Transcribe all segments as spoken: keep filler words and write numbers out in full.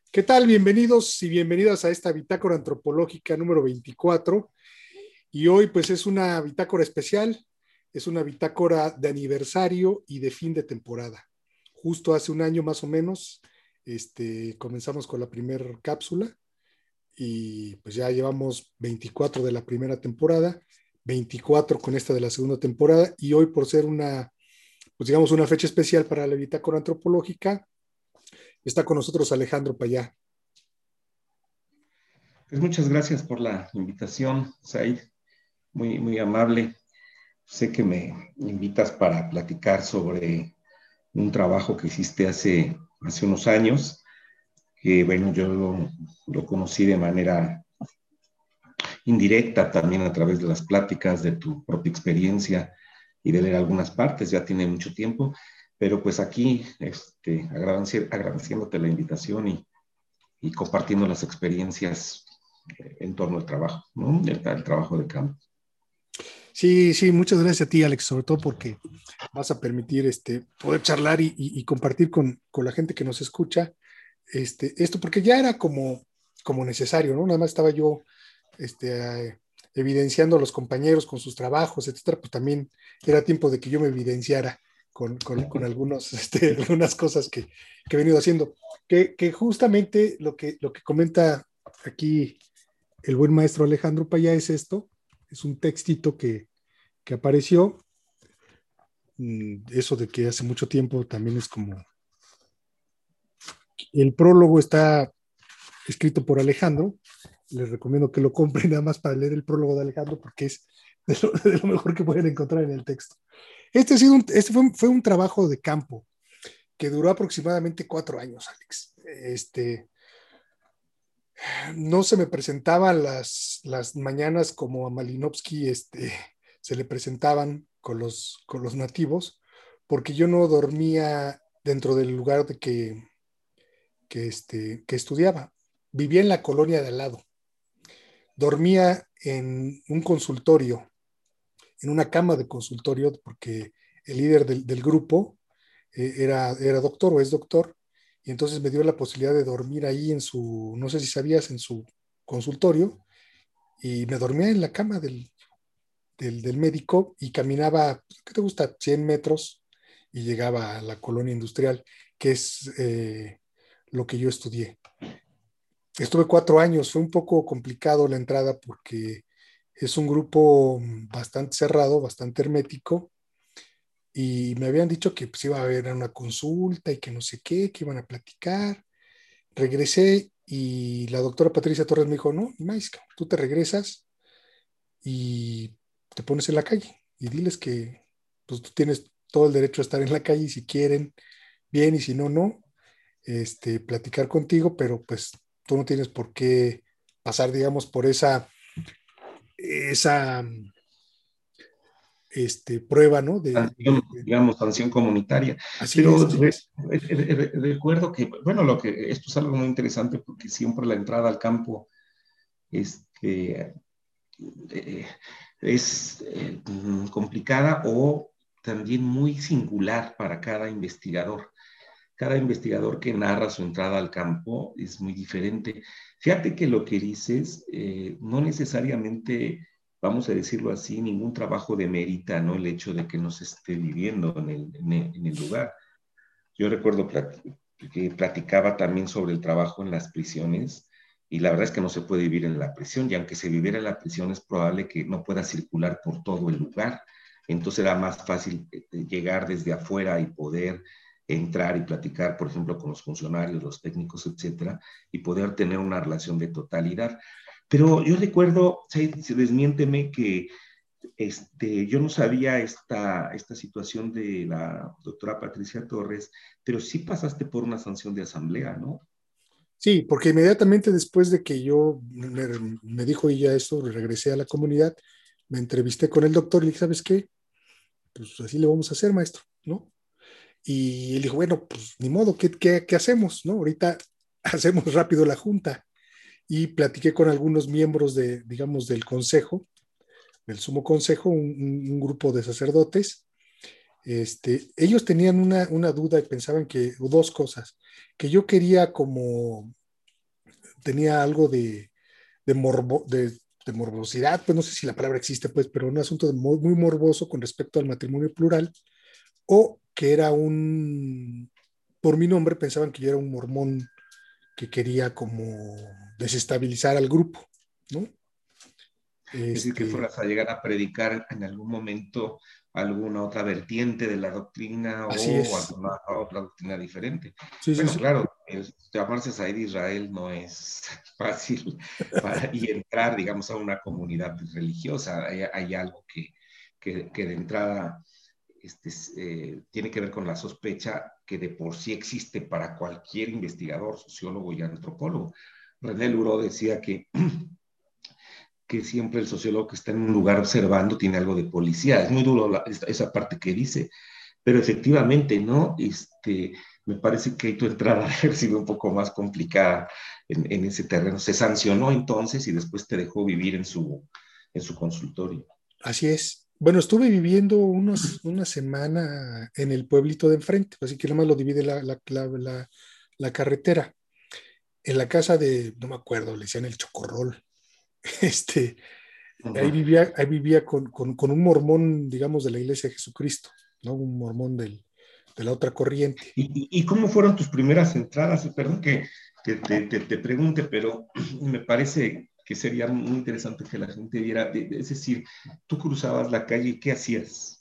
¿Qué tal? Bienvenidos y bienvenidas a esta bitácora antropológica número veinticuatro. Y hoy pues es una bitácora especial, es una bitácora de aniversario y de fin de temporada. Justo hace un año más o menos, este, comenzamos con la primera cápsula y pues ya llevamos veinticuatro de la primera temporada, veinticuatro con esta de la segunda temporada y hoy por ser una, pues digamos una fecha especial para la bitácora antropológica, está con nosotros Alejandro Payá. Pues muchas gracias por la invitación, Said, muy, muy amable. Sé que me invitas para platicar sobre un trabajo que hiciste hace, hace unos años, que bueno, yo lo, lo conocí de manera indirecta también a través de las pláticas, de tu propia experiencia y de leer algunas partes, ya tiene mucho tiempo, pero pues aquí este, agradeci agradeciéndote la invitación y, y compartiendo las experiencias en torno al trabajo, ¿no? El, el trabajo de campo. Sí, sí, muchas gracias a ti, Alex, sobre todo porque vas a permitir este, poder charlar y, y, y compartir con, con, la gente que nos escucha este, esto, porque ya era como, como necesario, ¿no? Nada más estaba yo este, eh, evidenciando a los compañeros con sus trabajos, etcétera, pues también era tiempo de que yo me evidenciara con, con, con algunos, este, algunas cosas que, que, he venido haciendo. Que, que justamente lo que, lo que comenta aquí el buen maestro Alejandro Payá es esto, es un textito que, que apareció. Eso de que hace mucho tiempo también es como... El prólogo está escrito por Alejandro. Les recomiendo que lo compren nada más para leer el prólogo de Alejandro porque es de lo, de lo mejor que pueden encontrar en el texto. Este, ha sido un, este fue, fue un trabajo de campo que duró aproximadamente cuatro años, Alex. Este, no se me presentaban las, las mañanas como a Malinowski este, se le presentaban con los, con los nativos, porque yo no dormía dentro del lugar de que, que, este, que estudiaba. Vivía en la colonia de al lado. Dormía en un consultorio, en una cama de consultorio, porque el líder del, del grupo eh, era, era doctor o es doctor, y entonces me dio la posibilidad de dormir ahí en su, no sé si sabías, en su consultorio, y me dormía en la cama del, del, del médico y caminaba, ¿qué te gusta? cien metros y llegaba a la colonia industrial, que es eh, lo que yo estudié. Estuve cuatro años, fue un poco complicado la entrada porque es un grupo bastante cerrado, bastante hermético, y me habían dicho que pues, iba a haber una consulta y que no sé qué, que iban a platicar. Regresé y la doctora Patricia Torres me dijo, no, Maisca, tú te regresas y te pones en la calle y diles que pues, tú tienes todo el derecho a estar en la calle y si quieren, bien, y si no, no, este, platicar contigo, pero pues tú no tienes por qué pasar, digamos, por esa, esa este, prueba, ¿no? De, Sanción, de, de, digamos, sanción comunitaria. así es, Pero así re, es. re, re, recuerdo que, bueno, lo que esto es algo muy interesante porque siempre la entrada al campo este, eh, es eh, complicada o también muy singular para cada investigador. Cada investigador que narra su entrada al campo es muy diferente. Fíjate que lo que dices, eh, no necesariamente, vamos a decirlo así, ningún trabajo demerita, ¿no? El hecho de que no se esté viviendo en el, en el, en el lugar. Yo recuerdo plat que platicaba también sobre el trabajo en las prisiones y la verdad es que no se puede vivir en la prisión y aunque se viviera en la prisión es probable que no pueda circular por todo el lugar. Entonces era más fácil llegar desde afuera y poder entrar y platicar, por ejemplo, con los funcionarios, los técnicos, etcétera, y poder tener una relación de totalidad. Pero yo recuerdo, desmiénteme, que este, yo no sabía esta, esta situación de la doctora Patricia Torres, pero sí pasaste por una sanción de asamblea, ¿no? Sí, porque inmediatamente después de que yo me, me dijo ella esto, regresé a la comunidad, me entrevisté con el doctor y le dije, ¿sabes qué? Pues así le vamos a hacer, maestro, ¿no? Y él dijo, bueno, pues ni modo, ¿qué, qué, qué hacemos? ¿No? Ahorita hacemos rápido la junta. Y platiqué con algunos miembros de, digamos, del consejo, del sumo consejo, un, un grupo de sacerdotes. Este, ellos tenían una, una duda y pensaban que, dos cosas, que yo quería como tenía algo de, de, morbo, de, de morbosidad, pues no sé si la palabra existe, pues, pero un asunto muy, muy morboso con respecto al matrimonio plural, o que era un, por mi nombre pensaban que yo era un mormón que quería como desestabilizar al grupo, ¿no? Es decir, que Este, fueras a llegar a predicar en algún momento alguna otra vertiente de la doctrina así o es. alguna otra doctrina diferente. Sí, sí, Bueno, sí. claro, el llamarse Said Israel no es fácil para, y entrar, digamos, a una comunidad religiosa. Hay, hay algo que, que, que, de entrada este, eh, tiene que ver con la sospecha que de por sí existe para cualquier investigador, sociólogo y antropólogo. René Luro decía que que siempre el sociólogo que está en un lugar observando tiene algo de policía. Es muy duro la, esa parte que dice, pero efectivamente, ¿no? Este, me parece que tu entrada ha sido un poco más complicada en, en, ese terreno. Se sancionó entonces y después te dejó vivir en su, en su consultorio. Así es. Bueno, estuve viviendo unos, una semana en el pueblito de enfrente, así que nada más lo divide la, la, la, la, la carretera. En la casa de, no me acuerdo, le decían el Chocorrol. Este, Uh ahí -huh. vivía, ahí vivía con, con, con, un mormón, digamos, de la Iglesia de Jesucristo, ¿no? Un mormón del, de la otra corriente. ¿Y, y cómo fueron tus primeras entradas? Perdón que, que te, te, te pregunte, pero me parece que sería muy interesante que la gente viera, es decir, tú cruzabas la calle y ¿qué hacías?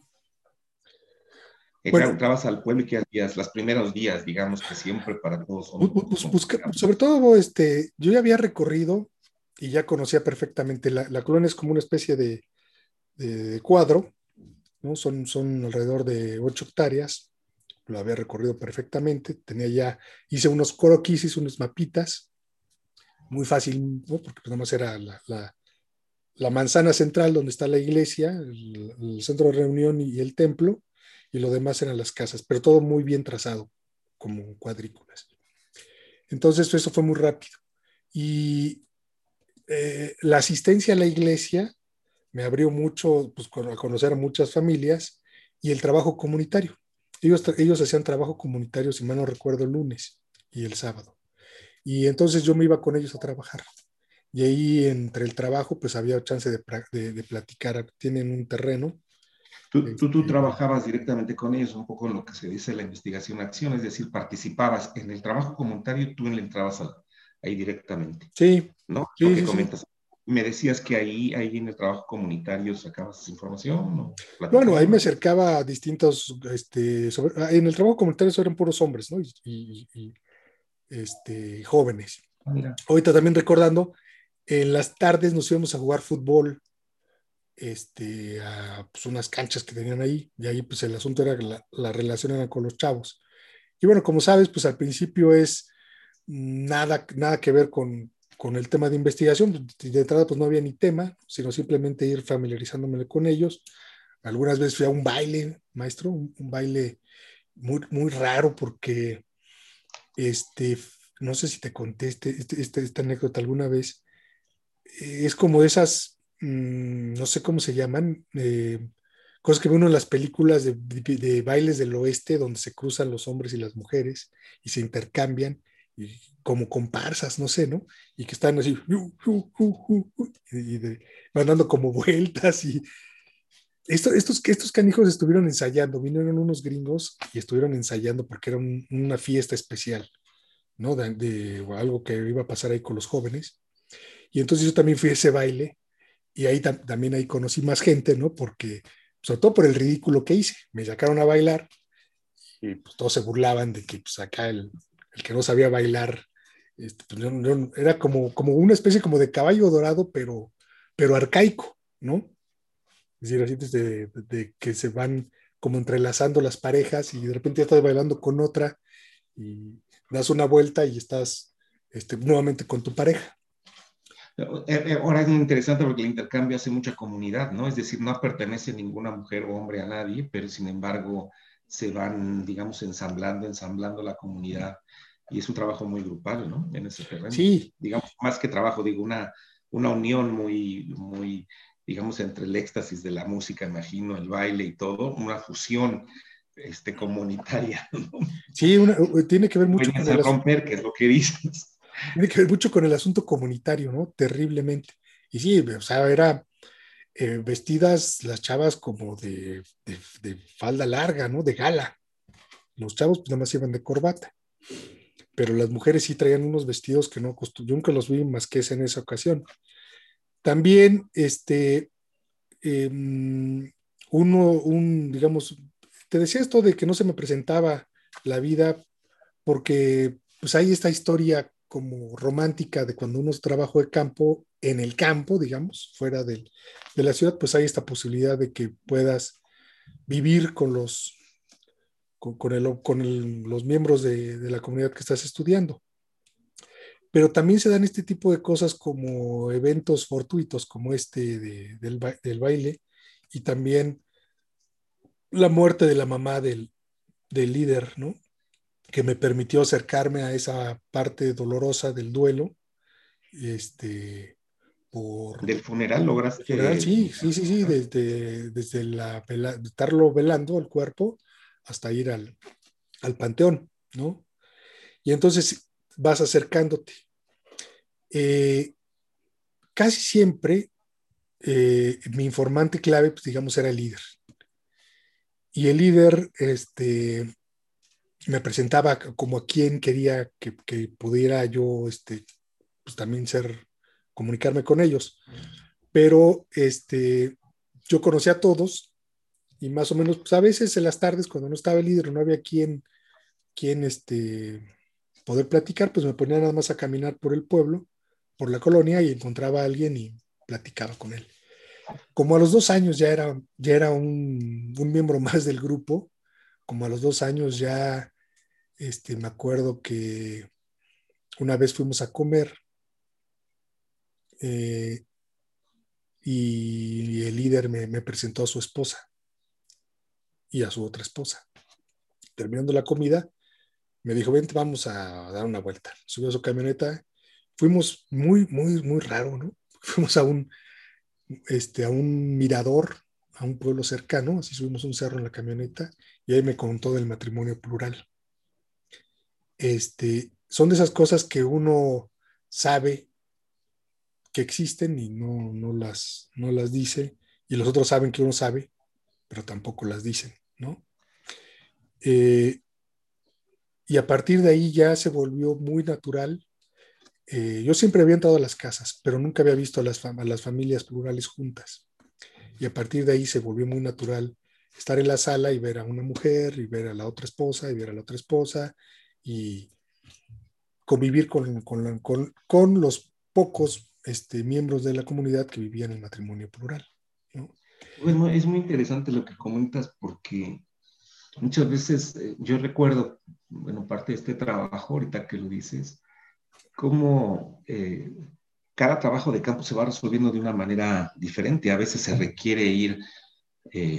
Bueno, Entrabas al pueblo y ¿qué hacías? Los primeros días, digamos que siempre para todos son bu- un bu- poco bus- busca- complicados. sobre todo, este, yo ya había recorrido y ya conocía perfectamente. La, la colonia es como una especie de, de cuadro, ¿no? Son, son alrededor de ocho hectáreas. Lo había recorrido perfectamente. Tenía ya, hice unos croquis, hice unos mapitas, muy fácil, ¿no? Porque pues nomás era la, la, la manzana central donde está la iglesia, el, el centro de reunión y el templo, y lo demás eran las casas, pero todo muy bien trazado, como cuadrículas. Entonces eso fue muy rápido. Y eh, la asistencia a la iglesia me abrió mucho, pues, a conocer a muchas familias y el trabajo comunitario. Ellos, ellos hacían trabajo comunitario, si mal no recuerdo, el lunes y el sábado. Y entonces yo me iba con ellos a trabajar. Y ahí entre el trabajo, pues había chance de, de, de platicar. Tienen un terreno. Tú, tú, tú Este, trabajabas directamente con ellos, un poco en lo que se dice la investigación-acción, es decir, participabas en el trabajo comunitario, tú le entrabas a, ahí directamente, sí, ¿no? Lo sí, que sí, sí. comentas. Me decías que ahí, ahí en el trabajo comunitario sacabas esa información o Bueno, ahí me platicabas. acercaba a distintos, este, sobre, en el trabajo comunitario eran puros hombres, ¿no? Y, y, y este, jóvenes. Ah, mira. Ahorita también recordando, en las tardes nos íbamos a jugar fútbol, este, a pues, unas canchas que tenían ahí, y ahí pues el asunto era que la, la relación era con los chavos. Y bueno, como sabes, pues al principio es nada, nada que ver con, con el tema de investigación. De entrada, pues no había ni tema, sino simplemente ir familiarizándome con ellos. Algunas veces fui a un baile, maestro, un, un baile muy, muy raro porque, este, no sé si te conté este, este, este, esta anécdota alguna vez. Eh, es como esas, mmm, no sé cómo se llaman, eh, cosas que ve uno en las películas de, de, de, bailes del oeste, donde se cruzan los hombres y las mujeres y se intercambian, y como comparsas, no sé, ¿no? Y que están así, uh, uh, uh, uh, y de, van dando como vueltas. Y esto, estos, estos canijos estuvieron ensayando, vinieron unos gringos y estuvieron ensayando porque era un, una fiesta especial, ¿no? De, de algo que iba a pasar ahí con los jóvenes. Y entonces yo también fui a ese baile y ahí tam también ahí conocí más gente, ¿no? Porque, sobre todo por el ridículo que hice, me sacaron a bailar y pues todos se burlaban de que pues acá el, el que no sabía bailar, este, pues, yo, yo, era como, como una especie como de caballo dorado, pero, pero arcaico, ¿no? Es decir, así de, de, de que se van como entrelazando las parejas y de repente ya estás bailando con otra y das una vuelta y estás este, nuevamente con tu pareja. Ahora es muy interesante porque el intercambio hace mucha comunidad, ¿no? Es decir, no pertenece ninguna mujer o hombre a nadie, pero sin embargo se van, digamos, ensamblando, ensamblando la comunidad y es un trabajo muy grupal, ¿no? En ese terreno. Sí, Digamos, más que trabajo, digo, una, una unión muy, muy, digamos, entre el éxtasis de la música, imagino, el baile y todo, una fusión este, comunitaria, ¿no? sí, una, tiene que ver mucho Pueden con el hacer asunto. romper, que es lo que dices. tiene que ver mucho con el asunto comunitario, ¿no? Terriblemente. Y sí, o sea, era eh, vestidas las chavas como de, de, de falda larga, ¿no? De gala. Los chavos pues nada más iban de corbata, pero las mujeres sí traían unos vestidos que no costó, yo nunca los vi más que ese en esa ocasión. También, este, eh, uno, un, digamos, te decía esto de que no se me presentaba la vida porque pues hay esta historia como romántica de cuando uno trabaja de campo, en el campo, digamos, fuera del, de la ciudad, pues hay esta posibilidad de que puedas vivir con los, con, con, el, con el, los miembros de, de la comunidad que estás estudiando. Pero también se dan este tipo de cosas como eventos fortuitos como este de, del, del baile y también la muerte de la mamá del, del líder, ¿no? Que me permitió acercarme a esa parte dolorosa del duelo, este, por Del funeral el funeral, lograste... sí, sí, sí, sí, desde, desde la, vela, de estarlo velando el cuerpo hasta ir al, al panteón, ¿no? Y entonces vas acercándote. Eh, casi siempre eh, mi informante clave, pues digamos, era el líder. Y el líder, este, me presentaba como a quien quería que, que pudiera yo, este, pues también ser, comunicarme con ellos. Pero, este, yo conocía a todos y más o menos, pues a veces en las tardes cuando no estaba el líder, no había quien, quien, este, poder platicar, pues me ponía nada más a caminar por el pueblo, por la colonia y encontraba a alguien y platicaba con él. Como a los dos años ya era, ya era un, un miembro más del grupo, como a los dos años ya, este, me acuerdo que una vez fuimos a comer eh, y el líder me, me presentó a su esposa y a su otra esposa. Terminando la comida, me dijo, vente, vamos a dar una vuelta. Subió a su camioneta, fuimos muy, muy, muy raro, ¿no? Fuimos a un, este, a un mirador, a un pueblo cercano, así subimos un cerro en la camioneta y ahí me contó del matrimonio plural. Este, son de esas cosas que uno sabe que existen y no, no, las, no las dice, y los otros saben que uno sabe, pero tampoco las dicen, ¿no? Eh, y a partir de ahí ya se volvió muy natural. Eh, yo siempre había entrado a las casas, pero nunca había visto a las, fam a las familias plurales juntas. Y a partir de ahí se volvió muy natural estar en la sala y ver a una mujer, y ver a la otra esposa, y ver a la otra esposa, y convivir con, con, la, con, con los pocos este, miembros de la comunidad que vivían el matrimonio plural, ¿no? Bueno, es muy interesante lo que comentas porque muchas veces eh, yo recuerdo, bueno, parte de este trabajo, ahorita que lo dices, cómo eh, cada trabajo de campo se va resolviendo de una manera diferente. A veces se requiere ir eh,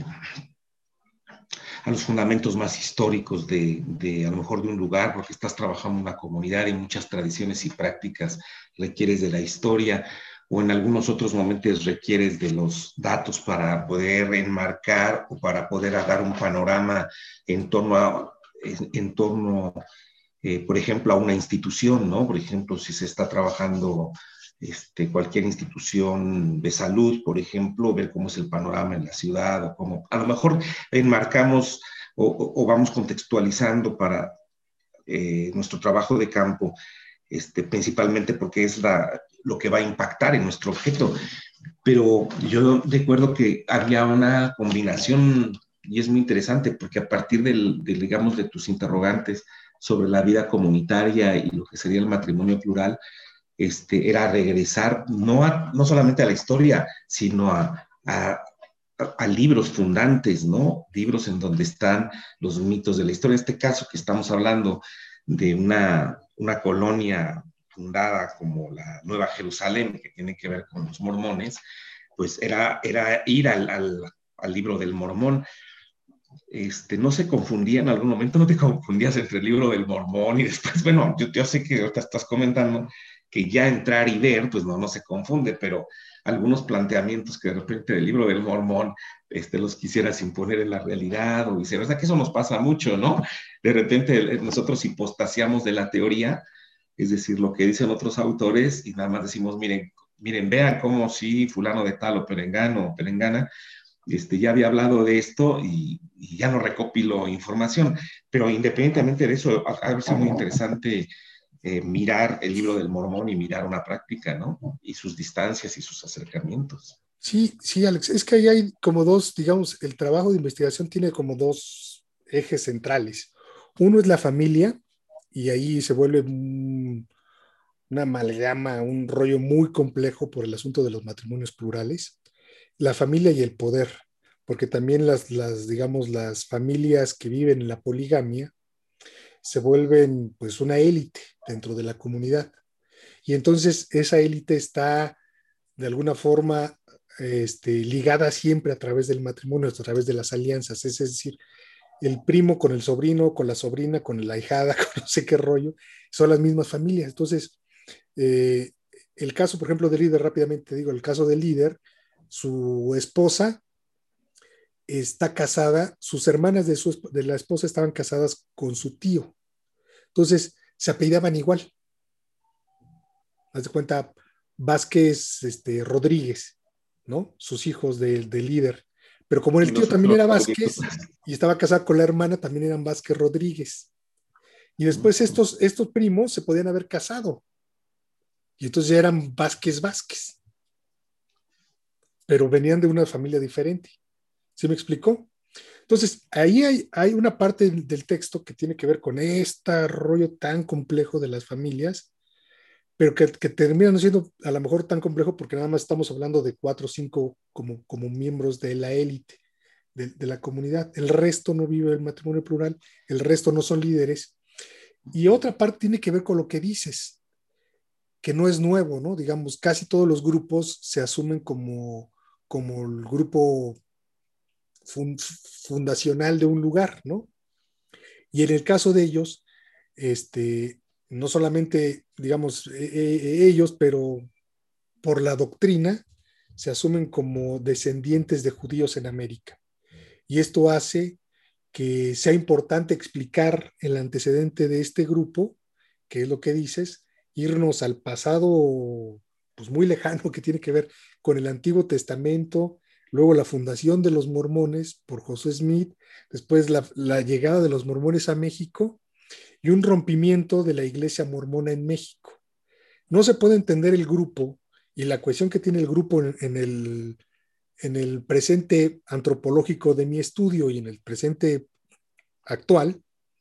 a los fundamentos más históricos de, de, a lo mejor de un lugar, porque estás trabajando en una comunidad y muchas tradiciones y prácticas requieres de la historia, o en algunos otros momentos requieres de los datos para poder enmarcar o para poder dar un panorama en torno a, en, en torno, eh, por ejemplo, a una institución, ¿no? Por ejemplo, si se está trabajando este, cualquier institución de salud, por ejemplo, ver cómo es el panorama en la ciudad, o cómo, a lo mejor enmarcamos o, o vamos contextualizando para eh, nuestro trabajo de campo, este, principalmente porque es la, lo que va a impactar en nuestro objeto. Pero yo recuerdo que había una combinación, y es muy interesante, porque a partir del, del, digamos, de tus interrogantes sobre la vida comunitaria y lo que sería el matrimonio plural, este, era regresar no, a, no solamente a la historia, sino a, a, a, libros fundantes, ¿no? Libros en donde están los mitos de la historia. En este caso que estamos hablando de una, una colonia fundada como la Nueva Jerusalén, que tiene que ver con los mormones, pues era, era ir al, al, al libro del mormón. Este, no se confundía en algún momento, no te confundías entre el libro del mormón y después, bueno, yo, yo sé que ahorita estás comentando que ya entrar y ver, pues no, no se confunde, pero algunos planteamientos que de repente del libro del mormón este, los quisieras imponer en la realidad o viceversa, que eso nos pasa mucho, ¿no? De repente nosotros hipostasiamos de la teoría es decir, lo que dicen otros autores y nada más decimos, miren, miren, vean cómo si fulano de tal o perengano o perengana este, ya había hablado de esto y, y ya no recopilo información. Pero independientemente de eso, ha, ha sido muy interesante eh, mirar el libro del Mormón y mirar una práctica, ¿no? Y sus distancias y sus acercamientos. Sí, sí, Alex, es que ahí hay como dos, digamos, el trabajo de investigación tiene como dos ejes centrales. Uno es la familia, y ahí se vuelve un- una amalgama, un rollo muy complejo por el asunto de los matrimonios plurales. La familia y el poder, porque también las, las, digamos, las familias que viven en la poligamia se vuelven pues una élite dentro de la comunidad. Y entonces esa élite está de alguna forma este, ligada siempre a través del matrimonio, a través de las alianzas, es decir, el primo con el sobrino, con la sobrina, con la hijada, con no sé qué rollo, son las mismas familias. Entonces, eh, el caso, por ejemplo, del líder, rápidamente digo, el caso del líder, su esposa está casada, sus hermanas de, su, de la esposa estaban casadas con su tío. Entonces, se apellidaban igual. Haz de cuenta, Vázquez este, Rodríguez, ¿no? Sus hijos del de líder. Pero como Y el tío los también otros era Rodríguez. Vázquez y estaba casado con la hermana, también eran Vázquez Rodríguez. Y después estos, estos primos se podían haber casado. Y entonces ya eran Vázquez Vázquez. Pero venían de una familia diferente. ¿Sí me explicó? Entonces, ahí hay, hay una parte del texto que tiene que ver con este rollo tan complejo de las familias, pero que, que termina no siendo a lo mejor tan complejo porque nada más estamos hablando de cuatro o cinco como, como miembros de la élite, de, de la comunidad. El resto no vive el matrimonio plural, el resto no son líderes. Y otra parte tiene que ver con lo que dices, que no es nuevo, ¿no? Digamos, casi todos los grupos se asumen como, como el grupo fun, fundacional de un lugar, ¿no? Y en el caso de ellos, este, no solamente, digamos, eh, eh, ellos, pero por la doctrina, se asumen como descendientes de judíos en América. Y esto hace que sea importante explicar el antecedente de este grupo, que es lo que dices, irnos al pasado pues muy lejano que tiene que ver con el Antiguo Testamento, luego la fundación de los mormones por José Smith, después la, la llegada de los mormones a México y un rompimiento de la iglesia mormona en México. No se puede entender el grupo y la cuestión que tiene el grupo en, en, el, en el presente antropológico de mi estudio y en el presente actual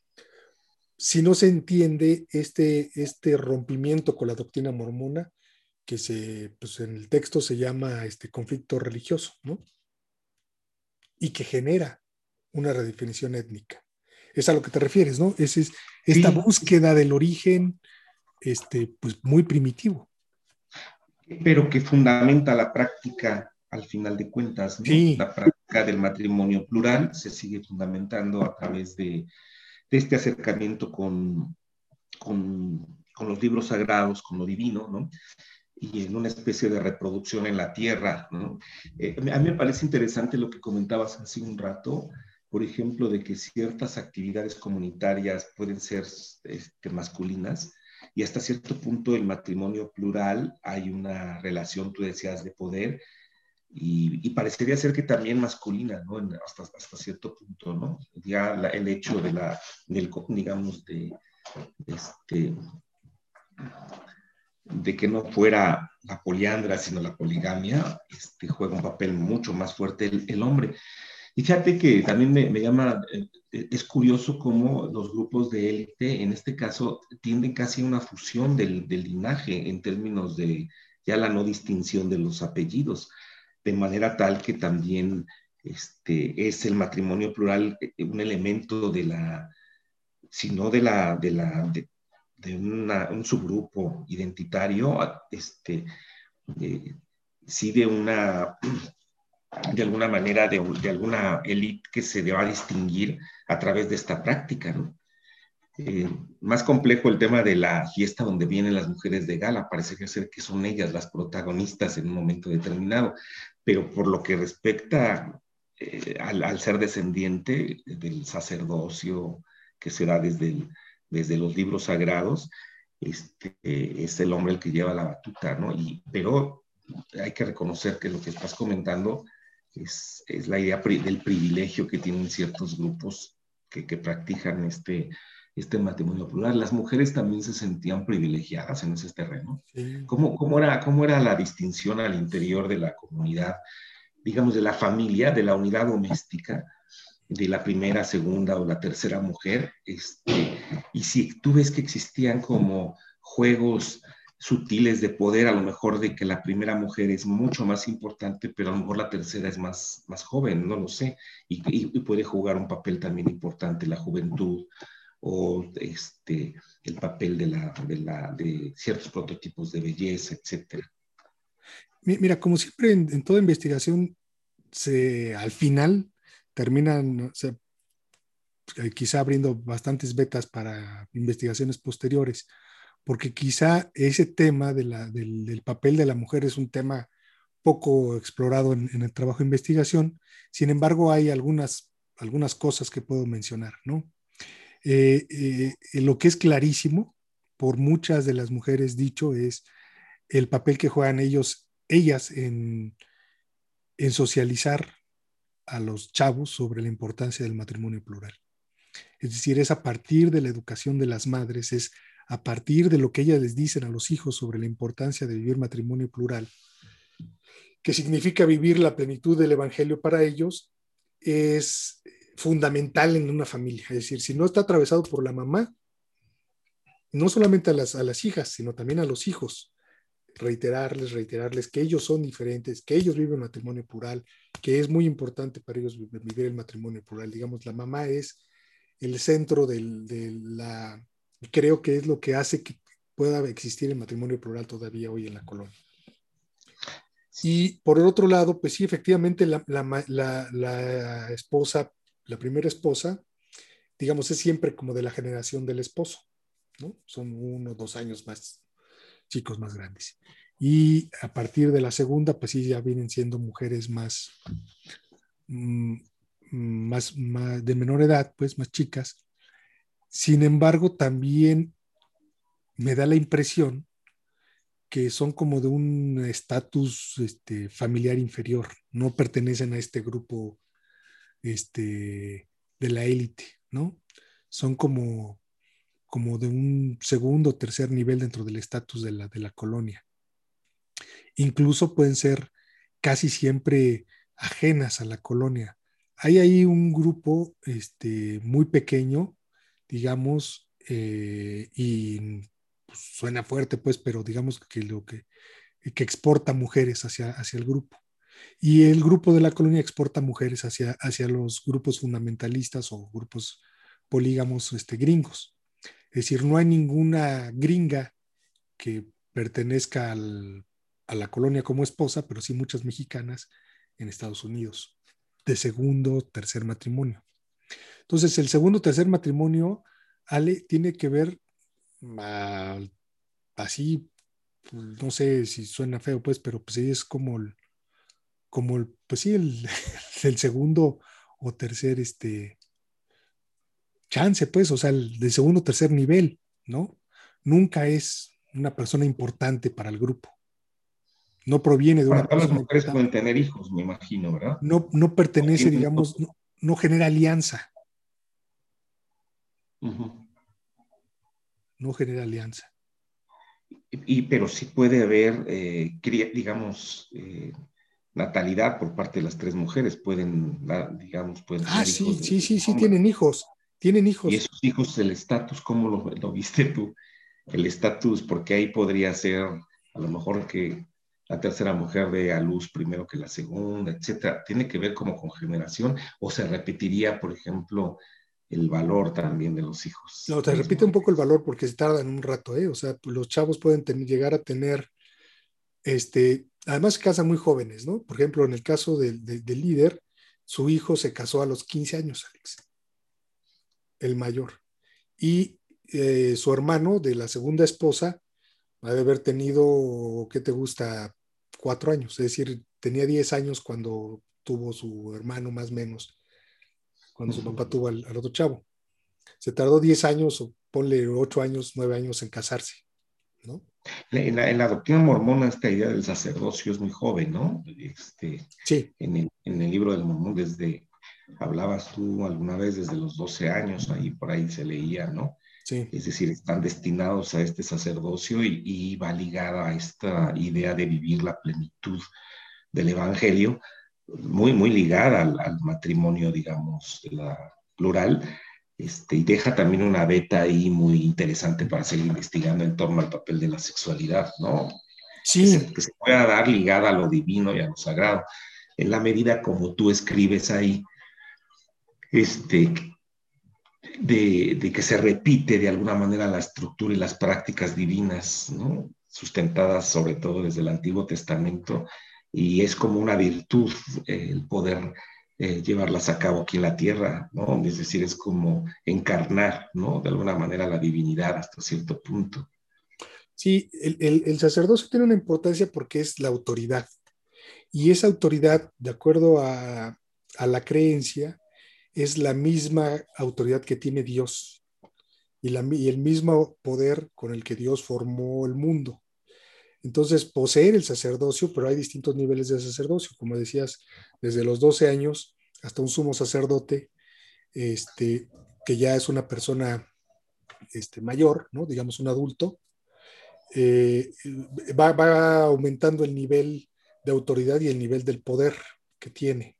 si no se entiende este, este rompimiento con la doctrina mormona que se, pues en el texto se llama este conflicto religioso, ¿no? Y que genera una redefinición étnica. Es a lo que te refieres, ¿no? Es, es esta Sí, búsqueda del origen, este, pues muy primitivo. pero que fundamenta la práctica al final de cuentas, ¿no? Sí, La práctica del matrimonio plural se sigue fundamentando a través de, de este acercamiento con, con, con, los libros sagrados, con lo divino, ¿no? Y en una especie de reproducción en la tierra, ¿no? Eh, a mí me parece interesante lo que comentabas hace un rato, por ejemplo, de que ciertas actividades comunitarias pueden ser este, masculinas, y hasta cierto punto el matrimonio plural hay una relación, tú decías, de poder, y, y parecería ser que también masculina, ¿no? En, hasta, hasta cierto punto, ¿no? Ya la, el hecho de la, del, digamos, de, este, de que no fuera la poliandra, sino la poligamia, este, juega un papel mucho más fuerte el, el hombre. Y fíjate que también me, me llama, eh, es curioso cómo los grupos de élite, en este caso, tienden casi a una fusión del, del linaje en términos de ya la no distinción de los apellidos, de manera tal que también este, es el matrimonio plural un elemento de la, sino de la, de la, de, de una, un subgrupo identitario, este, eh, sí de una, de alguna manera, de, de alguna élite que se va a distinguir a través de esta práctica, ¿no? Eh, más complejo el tema de la fiesta donde vienen las mujeres de gala, parece ser que son ellas las protagonistas en un momento determinado, pero por lo que respecta eh, al, al, ser descendiente del sacerdocio que se da desde, el, desde los libros sagrados, este, es el hombre el que lleva la batuta, ¿no? Y, pero hay que reconocer que lo que estás comentando es, es la idea pri del privilegio que tienen ciertos grupos que, que practican este, este matrimonio plural. Las mujeres también se sentían privilegiadas en ese terreno. Sí. ¿Cómo, cómo, era, ¿Cómo era la distinción al interior de la comunidad, digamos, de la familia, de la unidad doméstica, de la primera, segunda o la tercera mujer? Este, y si tú ves que existían como juegos sutiles de poder, a lo mejor de que la primera mujer es mucho más importante, pero a lo mejor la tercera es más, más joven, no lo sé, y, y, y puede jugar un papel también importante la juventud o este, el papel de, la, de, la, de ciertos prototipos de belleza, etcétera. Mira, como siempre en, en toda investigación, se, al final terminan, o sea, quizá abriendo bastantes vetas para investigaciones posteriores, porque quizá ese tema de la, del, del, papel de la mujer es un tema poco explorado en, en, el trabajo de investigación. Sin embargo, hay algunas, algunas cosas que puedo mencionar, ¿no? Eh, eh, lo que es clarísimo por muchas de las mujeres dicho es el papel que juegan ellos, ellas en, en socializar a los chavos sobre la importancia del matrimonio plural. Es decir, es a partir de la educación de las madres, es a partir de lo que ellas les dicen a los hijos sobre la importancia de vivir matrimonio plural, que significa vivir la plenitud del evangelio para ellos, es fundamental en una familia. Es decir, si no está atravesado por la mamá, no solamente a las, a las hijas, sino también a los hijos, reiterarles, reiterarles que ellos son diferentes, que ellos viven matrimonio plural, que es muy importante para ellos vivir el matrimonio plural. Digamos, la mamá es el centro del, de la, creo que es lo que hace que pueda existir el matrimonio plural todavía hoy en la colonia. Y por el otro lado, pues sí, efectivamente la, la, la, la esposa, la primera esposa, digamos, es siempre como de la generación del esposo, ¿no? Son uno o dos años más chicos más grandes. Y a partir de la segunda, pues sí, ya vienen siendo mujeres más, mm, más, más de menor edad, pues más chicas. Sin embargo, también me da la impresión que son como de un estatus este, familiar inferior, no pertenecen a este grupo este, de la élite, ¿no? Son como, como de un segundo o tercer nivel dentro del estatus de la, de la colonia. Incluso pueden ser casi siempre ajenas a la colonia. Hay ahí un grupo este, muy pequeño, digamos, eh, y pues, suena fuerte, pues, pero digamos que lo que, que exporta mujeres hacia, hacia el grupo. Y el grupo de la colonia exporta mujeres hacia, hacia los grupos fundamentalistas o grupos polígamos este, gringos. Es decir, no hay ninguna gringa que pertenezca al, a la colonia como esposa, pero sí muchas mexicanas en Estados Unidos, de segundo, tercer matrimonio. Entonces, el segundo, tercer matrimonio, Ale, tiene que ver uh, así, no sé si suena feo, pues, pero pues sí es como el, como el, pues sí, el, el segundo o tercer este, chance, pues, o sea, el de segundo o tercer nivel, ¿no? Nunca es una persona importante para el grupo. No proviene de una Bueno, todas las persona mujeres pueden importante. tener hijos, me imagino, ¿verdad? No, no O pertenece, tienen hijos. digamos, no, no genera alianza, Uh-huh. no genera alianza. Y, pero sí puede haber, eh, digamos, eh, natalidad por parte de las tres mujeres. Pueden, digamos, pueden Ah, tener sí, hijos del sí, sí, sí, hombre. tienen hijos, tienen Y hijos. esos hijos, el estatus, ¿cómo lo, lo viste tú? El estatus, porque ahí podría ser a lo mejor que la tercera mujer dé a luz primero que la segunda, etcétera. ¿Tiene que ver como con generación o se repetiría, por ejemplo, el valor también de los hijos No, de te las repite un poco el mujeres? valor porque se tardan un rato, ¿eh? O sea, los chavos pueden tener, llegar a tener, este, además se casan muy jóvenes, ¿no? Por ejemplo, en el caso del, del, del líder, su hijo se casó a los quince años, Alex, el mayor. Y eh, su hermano de la segunda esposa ha de haber tenido, ¿qué te gusta? Cuatro años, es decir, tenía diez años cuando tuvo su hermano más o menos, cuando su Uh-huh. papá tuvo al, al otro chavo. Se tardó diez años o ponle ocho años, nueve años en casarse. ¿no? En la, en la doctrina mormona esta idea del sacerdocio es muy joven, ¿no? Este, Sí, en el, en el libro del Mormón, desde, hablabas tú alguna vez desde los doce años, ahí por ahí se leía, ¿no? sí. Es decir, están destinados a este sacerdocio y, y va ligada a esta idea de vivir la plenitud del Evangelio, muy, muy ligada al, al matrimonio, digamos, la plural, este, y deja también una beta ahí muy interesante para seguir investigando en torno al papel de la sexualidad, ¿no? Que se, Sí, que se pueda dar ligada a lo divino y a lo sagrado, en la medida como tú escribes ahí, este, de, de que se repite de alguna manera la estructura y las prácticas divinas, ¿no? Sustentadas sobre todo desde el Antiguo Testamento, y es como una virtud eh, el poder eh, llevarlas a cabo aquí en la tierra, ¿no? Es decir, es como encarnar, ¿no? De alguna manera la divinidad hasta cierto punto. sí, el, el, el sacerdocio tiene una importancia porque es la autoridad. Y esa autoridad, de acuerdo a, a la creencia, es la misma autoridad que tiene Dios y, la, y el mismo poder con el que Dios formó el mundo. Entonces, poseer el sacerdocio, pero hay distintos niveles de sacerdocio, como decías, desde los doce años hasta un sumo sacerdote, este, que ya es una persona este, mayor, ¿no? Digamos un adulto, eh, va, va aumentando el nivel de autoridad y el nivel del poder que tiene.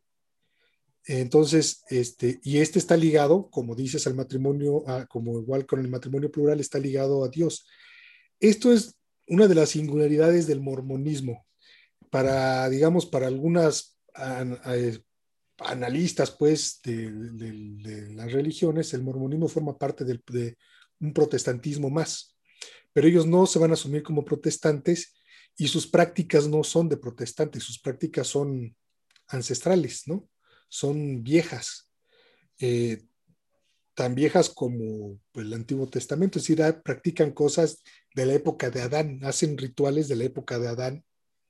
Entonces, este, y este está ligado, como dices, al matrimonio, a, como igual con el matrimonio plural, está ligado a Dios. Esto es una de las singularidades del mormonismo. Para, digamos, para algunas an, a, analistas, pues, de, de, de, las religiones, el mormonismo forma parte del, de un protestantismo más, pero ellos no se van a asumir como protestantes y sus prácticas no son de protestantes, sus prácticas son ancestrales, ¿no? Son viejas, eh, tan viejas como el Antiguo Testamento, es decir, ah, practican cosas de la época de Adán, hacen rituales de la época de Adán,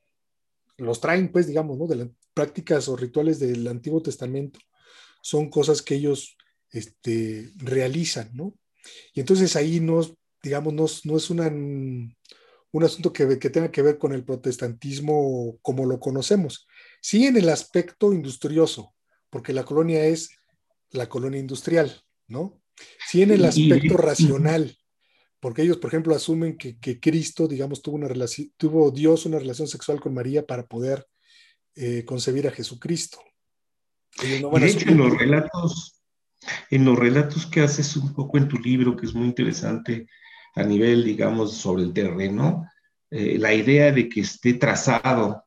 los traen, pues, digamos, ¿no? De las prácticas o rituales del Antiguo Testamento, son cosas que ellos este, realizan, ¿no? Y entonces ahí no, digamos, no, no es una, un asunto que, que tenga que ver con el protestantismo como lo conocemos. Sí en el aspecto industrioso, porque la colonia es la colonia industrial, ¿no? Sí en el Y, aspecto y, racional, porque ellos, por ejemplo, asumen que, que Cristo, digamos, tuvo una relación, tuvo Dios una relación sexual con María para poder eh, concebir a Jesucristo. Ellos no y van a de hecho en asumir los que... relatos, en los relatos que haces un poco en tu libro, que es muy interesante a nivel, digamos, sobre el terreno, eh, la idea de que esté trazado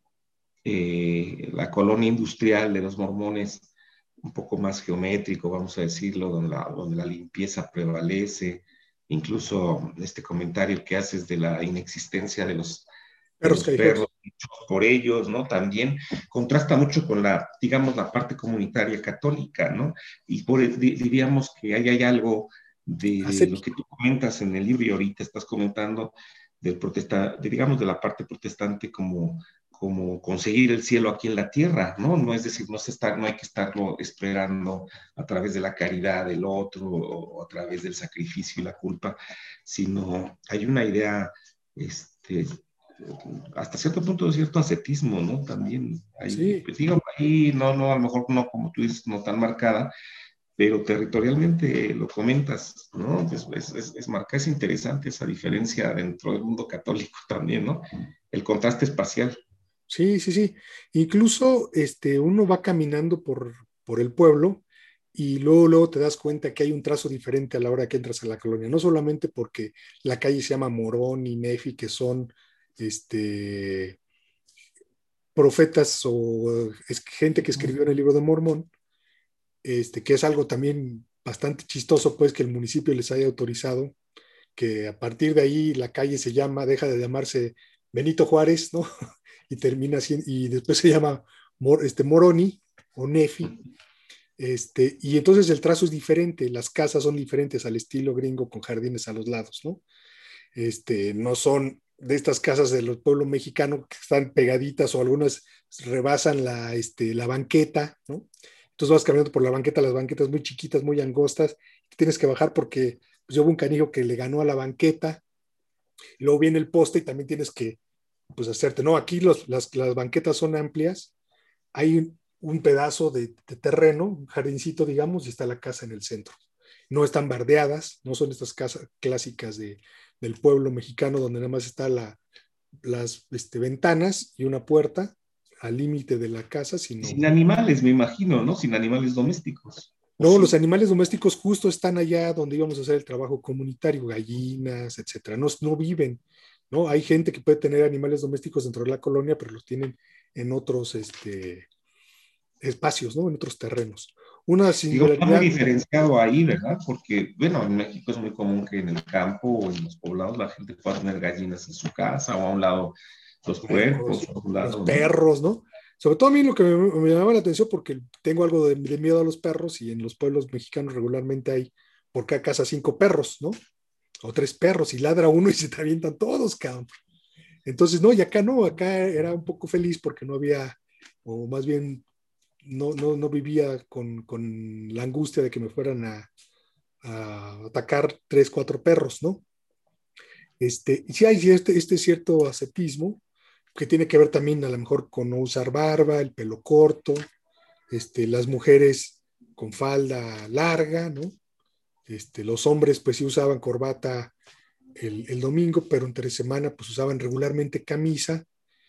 eh, la colonia industrial de los mormones un poco más geométrico, vamos a decirlo, donde la, donde la limpieza prevalece, incluso este comentario que haces de la inexistencia de los, de Perros los perros callejeros. hechos por ellos, ¿no? También contrasta mucho con la, digamos, la parte comunitaria católica, ¿no? Y por, diríamos que ahí hay algo de lo que tú comentas en el libro y ahorita estás comentando del protesta, de, digamos, de la parte protestante como como conseguir el cielo aquí en la tierra, ¿no? No es decir, no, se está, no hay que estarlo esperando a través de la caridad del otro o, o a través del sacrificio y la culpa, sino hay una idea, este, hasta cierto punto de cierto ascetismo, ¿no? También hay, Sí, pues digo, ahí no, no, a lo mejor no, como tú dices, no tan marcada, pero territorialmente lo comentas, ¿no? Es, es, es, es marca, es interesante esa diferencia dentro del mundo católico también, ¿no? El contraste espacial. sí, sí, sí. Incluso este, uno va caminando por, por el pueblo y luego, luego te das cuenta que hay un trazo diferente a la hora que entras a la colonia. No solamente porque la calle se llama Morón y Nefi, que son este, profetas o es, gente que escribió en el libro de Mormón, este, que es algo también bastante chistoso, pues que el municipio les haya autorizado que a partir de ahí la calle se llama, deja de llamarse Benito Juárez, ¿no? Y termina siendo, y después se llama Mor, este, Moroni o Nefi, este, y entonces el trazo es diferente, las casas son diferentes al estilo gringo con jardines a los lados, ¿no? Este, no son de estas casas del pueblo mexicano que están pegaditas o algunas rebasan la, este, la banqueta, ¿no? Entonces vas caminando por la banqueta, las banquetas muy chiquitas, muy angostas, tienes que bajar porque pues, hubo un canijo que le ganó a la banqueta Y luego viene el poste y también tienes que, pues, hacerte, ¿no? Aquí los, las, las banquetas son amplias, hay un, un pedazo de, de terreno, un jardincito, digamos, y está la casa en el centro. No están bardeadas, no son estas casas clásicas de, del pueblo mexicano donde nada más está la, las este, ventanas y una puerta al límite de la casa, sino... Sin animales, me imagino, ¿no? Sin animales domésticos. ¿O No, los sí? animales domésticos justo están allá donde íbamos a hacer el trabajo comunitario, gallinas, etcétera. No, no viven, ¿no? Hay gente que puede tener animales domésticos dentro de la colonia, pero los tienen en otros este, espacios, ¿no? En otros terrenos. Una Digo, está muy singularidad, diferenciado ahí, ¿verdad? Porque, bueno, en México es muy común que en el campo o en los poblados la gente pueda tener gallinas en su casa o a un lado los puercos, puercos, o a un los lado, ¿no? perros, ¿no? Sobre todo a mí lo que me, me llamaba la atención, porque tengo algo de, de miedo a los perros y en los pueblos mexicanos regularmente hay por cada casa cinco perros, ¿no? O tres perros y ladra uno y se te avientan todos, cabrón. Entonces, no, y acá no, acá era un poco feliz porque no había, o más bien no, no, no vivía con, con la angustia de que me fueran a, a atacar tres, cuatro perros, ¿no? Este, y sí hay este, este cierto ascetismo que tiene que ver también a lo mejor con no usar barba, el pelo corto, este, las mujeres con falda larga, ¿no? Este, los hombres pues sí usaban corbata el, el domingo, pero entre semana pues usaban regularmente camisa,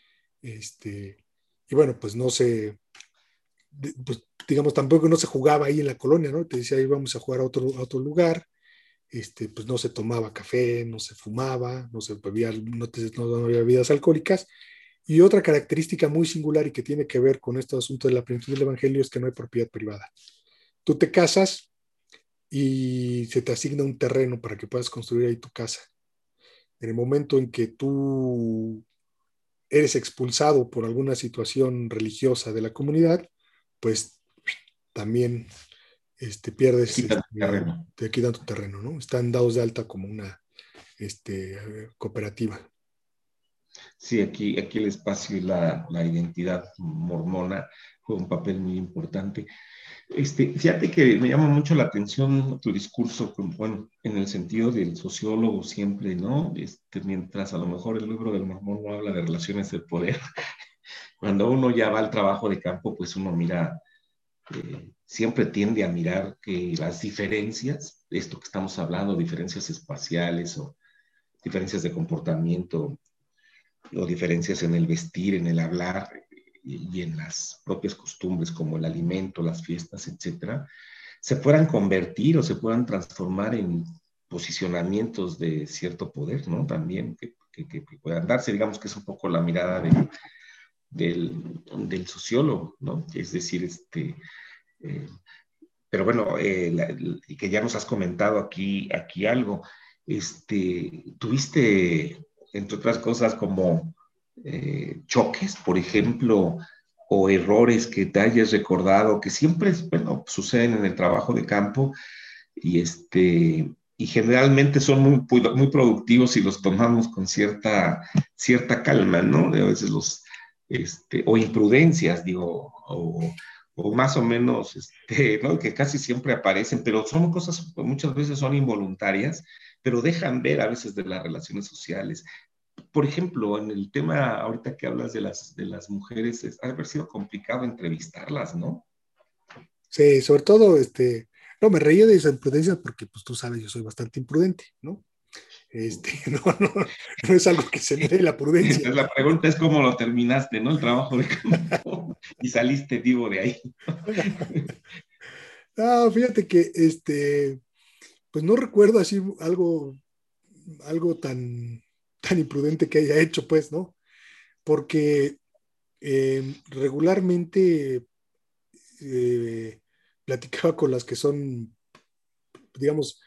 este, y bueno, pues no se, pues digamos, tampoco no se jugaba ahí en la colonia, ¿no? Te decía, íbamos a jugar a otro, a otro lugar, este, pues no se tomaba café, no se fumaba, no se bebía, no, te, no, no había bebidas alcohólicas. Y otra característica muy singular y que tiene que ver con este asunto de la plenitud del evangelio es que no hay propiedad privada. Tú te casas y se te asigna un terreno para que puedas construir ahí tu casa. En el momento en que tú eres expulsado por alguna situación religiosa de la comunidad, pues también este, Te pierdes, quitan el este, terreno. te quitan tu terreno, ¿no? Están dados de alta como una este, cooperativa. Sí, aquí, aquí el espacio y la, la identidad mormona juega un papel muy importante. Este, fíjate que me llama mucho la atención tu discurso, con- bueno, en el sentido del sociólogo siempre, ¿no? Este, mientras a lo mejor el libro del mormón no habla de relaciones de poder, cuando uno ya va al trabajo de campo, pues uno mira, eh, siempre tiende a mirar que las diferencias, esto que estamos hablando, diferencias espaciales o diferencias de comportamiento o diferencias en el vestir, en el hablar y, y en las propias costumbres como el alimento, las fiestas, etcétera, se puedan convertir o se puedan transformar en posicionamientos de cierto poder, ¿no? También que, que, que puedan darse, digamos que es un poco la mirada de, del, del, sociólogo, ¿no? Es decir, este, eh, pero bueno, eh, la, y que ya nos has comentado aquí, aquí algo, este, tuviste, entre otras cosas, como eh, choques, por ejemplo, o errores que te hayas recordado, que siempre, bueno, suceden en el trabajo de campo y este... Y generalmente son muy, muy productivos si los tomamos con cierta, cierta calma, ¿no? A veces los, este, o imprudencias, digo, o, o más o menos, este, ¿no? Que casi siempre aparecen, pero son cosas, muchas veces son involuntarias, pero dejan ver a veces de las relaciones sociales. Por ejemplo, en el tema ahorita que hablas de las, de las mujeres, es, ha de haber sido complicado entrevistarlas, ¿no? Sí, sobre todo, este, no, me reía de esa imprudencia porque, pues tú sabes, yo soy bastante imprudente, ¿no? Este, no, no, no es algo que se me dé la prudencia. Entonces la pregunta es cómo lo terminaste, ¿no? El trabajo de campo y saliste vivo de ahí. No, fíjate que, este, pues no recuerdo así algo, algo tan, tan imprudente que haya hecho, pues, ¿no? Porque eh, regularmente eh, platicaba con las que son, digamos,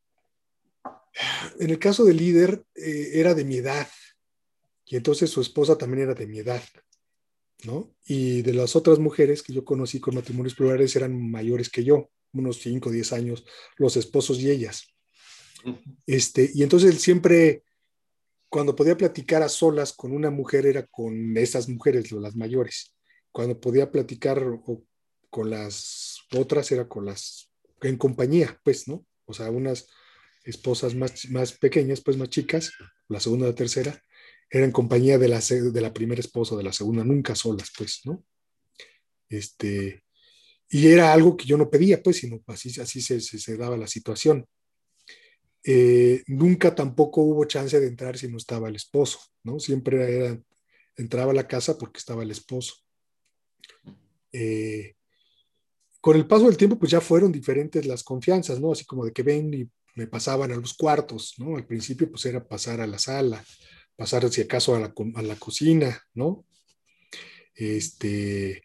en el caso del líder, eh, era de mi edad, y entonces su esposa también era de mi edad, ¿no? Y de las otras mujeres que yo conocí con matrimonios plurales eran mayores que yo, unos cinco o diez años, los esposos y ellas. Este, y entonces él siempre, cuando podía platicar a solas con una mujer, era con esas mujeres, las mayores. Cuando podía platicar o, con las otras, era con las, en compañía, pues, ¿no? O sea, unas esposas más, más pequeñas, pues más chicas, la segunda o la tercera, eran compañía de la, de la primera esposa o de la segunda, nunca solas, pues, ¿no? Este, y era algo que yo no pedía, pues, sino así, así se, se, se daba la situación. Eh, nunca tampoco hubo chance de entrar si no estaba el esposo, ¿no? Siempre era, entraba a la casa porque estaba el esposo. Eh, con el paso del tiempo, pues ya fueron diferentes las confianzas, ¿no? Así como de que ven y me pasaban a los cuartos, ¿no? Al principio, pues era pasar a la sala, pasar si acaso a la, a la cocina, ¿no? Este,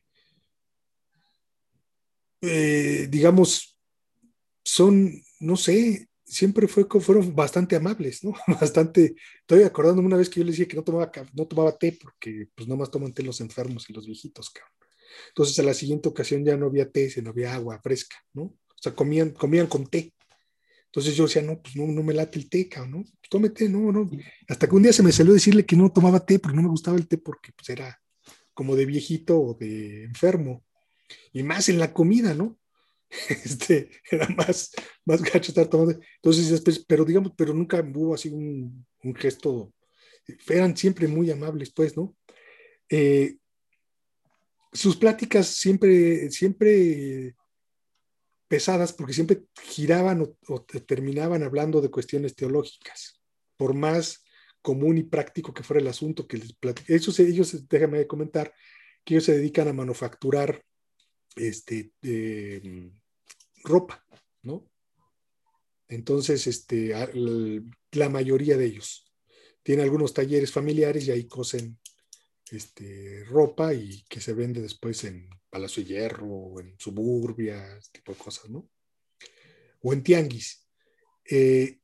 eh, digamos, son, no sé, siempre fue, fueron bastante amables, ¿no? Bastante, estoy acordándome una vez que yo les dije que no tomaba, no tomaba té porque pues nomás toman té los enfermos y los viejitos, cabrón. Entonces a la siguiente ocasión ya no había té, sino había agua fresca, ¿no? O sea, comían, comían con té. Entonces yo decía, no, pues no, no me late el té, cabrón, ¿no? Pues tome té, no, no. Hasta que un día se me salió decirle que no tomaba té, porque no me gustaba el té, porque pues era como de viejito o de enfermo. Y más en la comida, ¿no? Este, era más, más gacho estar tomando. Entonces, después, pero digamos, pero nunca hubo así un, un gesto, eran siempre muy amables, pues, ¿no? Eh, sus pláticas siempre, siempre pesadas, porque siempre giraban o, o terminaban hablando de cuestiones teológicas, por más común y práctico que fuera el asunto que les platicé. Ellos, ellos, déjame comentar, que ellos se dedican a manufacturar este, eh, ropa, ¿no? Entonces, este, la mayoría de ellos tienen algunos talleres familiares y ahí cosen este, ropa y que se vende después en Palacio de Hierro o en Suburbia, este tipo de cosas, ¿no? O en Tianguis. Eh,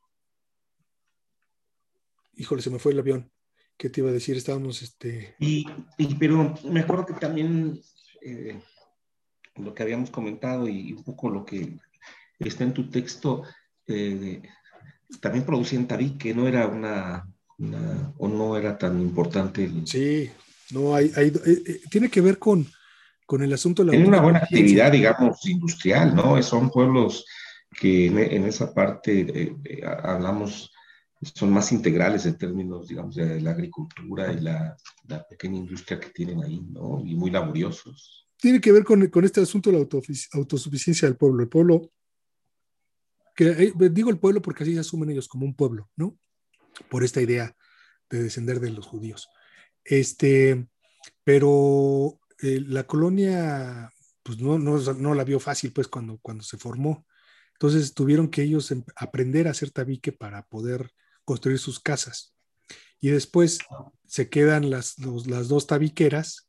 híjole, se me fue el avión. ¿Qué te iba a decir? Estábamos, este... Y, y pero me acuerdo que también eh, lo que habíamos comentado y un poco lo que está en tu texto, eh, también producían tabique, no era una, una, o no era tan importante. El, Sí, no, hay, hay eh, eh, tiene que ver con, con el asunto de la tiene una buena autosuficiencia. actividad, digamos, industrial, ¿no? Son pueblos que en, en esa parte eh, eh, hablamos, son más integrales en términos, digamos, de la agricultura y la, la pequeña industria que tienen ahí, ¿no? Y muy laboriosos. Tiene que ver con, con este asunto de la autosuficiencia del pueblo. El pueblo, que eh, digo el pueblo porque así se asumen ellos como un pueblo, ¿no? Por esta idea de descender de los judíos. Este, pero eh, la colonia, pues no, no, no, la vio fácil, pues, cuando, cuando se formó. Entonces tuvieron que ellos aprender a hacer tabique para poder construir sus casas. Y después se quedan las, los, las dos tabiqueras,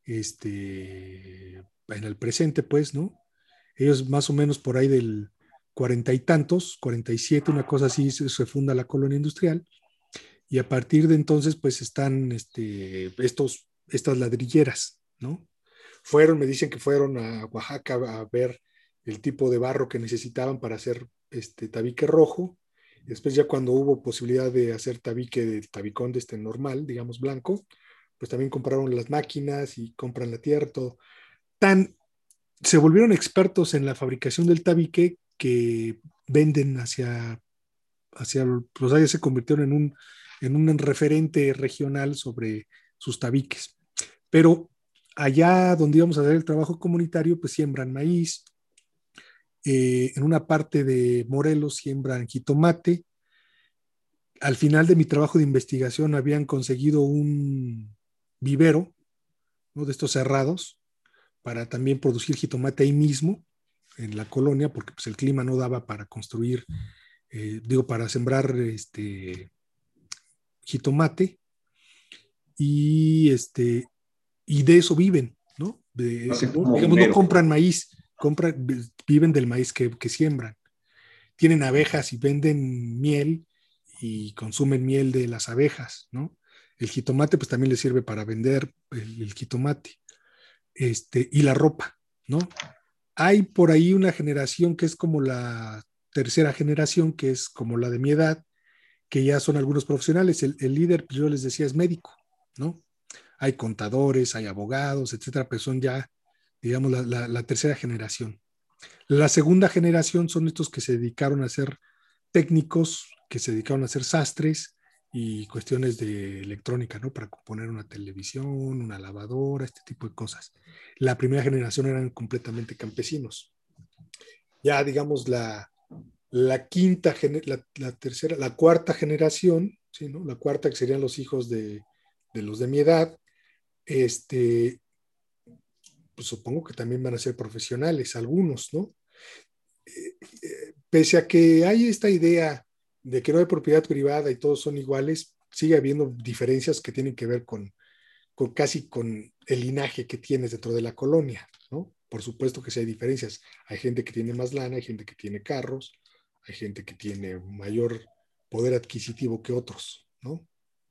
este, en el presente, pues, ¿no? Ellos más o menos por ahí del cuarenta y tantos, cuarenta y siete, una cosa así, se, se funda la colonia industrial y a partir de entonces pues están este, estos, estas ladrilleras, ¿no? Fueron, me dicen que fueron a Oaxaca a ver el tipo de barro que necesitaban para hacer este tabique rojo. Después ya cuando hubo posibilidad de hacer tabique de tabicón de este normal, digamos blanco, pues también compraron las máquinas y compran la tierra, todo. Tan, se volvieron expertos en la fabricación del tabique que venden hacia, hacia pues ahí se convirtieron en un, en un referente regional sobre sus tabiques. Pero allá donde íbamos a hacer el trabajo comunitario, pues siembran maíz. Eh, en una parte de Morelos siembran jitomate. Al final de mi trabajo de investigación habían conseguido un vivero, ¿no? De estos cerrados para también producir jitomate ahí mismo en la colonia, porque pues, el clima no daba para construir, eh, digo, para sembrar este jitomate y este y de eso viven, ¿no? De, Así no, como digamos, no vivero. compran maíz, compran, viven del maíz que, que siembran. Tienen abejas y venden miel y consumen miel de las abejas, ¿no? El jitomate pues también les sirve para vender el, el jitomate, este, y la ropa, ¿no? Hay por ahí una generación que es como la tercera generación, que es como la de mi edad, que ya son algunos profesionales. El, el líder, pues yo les decía, es médico, ¿no? Hay contadores, hay abogados, etcétera, pero son ya, digamos, la, la, la tercera generación. La segunda generación son estos que se dedicaron a hacer técnicos que se dedicaron a hacer sastres y cuestiones de electrónica, ¿no? Para componer una televisión, una lavadora, este tipo de cosas. La primera generación eran completamente campesinos. Ya, digamos, la, la quinta, la, la, tercera, la cuarta generación, ¿sí, no? La cuarta que serían los hijos de, de los de mi edad, este, pues supongo que también van a ser profesionales, algunos, ¿no? Eh, eh, pese a que hay esta idea de que no hay propiedad privada y todos son iguales, sigue habiendo diferencias que tienen que ver con, con casi con el linaje que tienes dentro de la colonia, ¿no? Por supuesto que sí hay diferencias. Hay gente que tiene más lana, hay gente que tiene carros, hay gente que tiene mayor poder adquisitivo que otros, ¿no?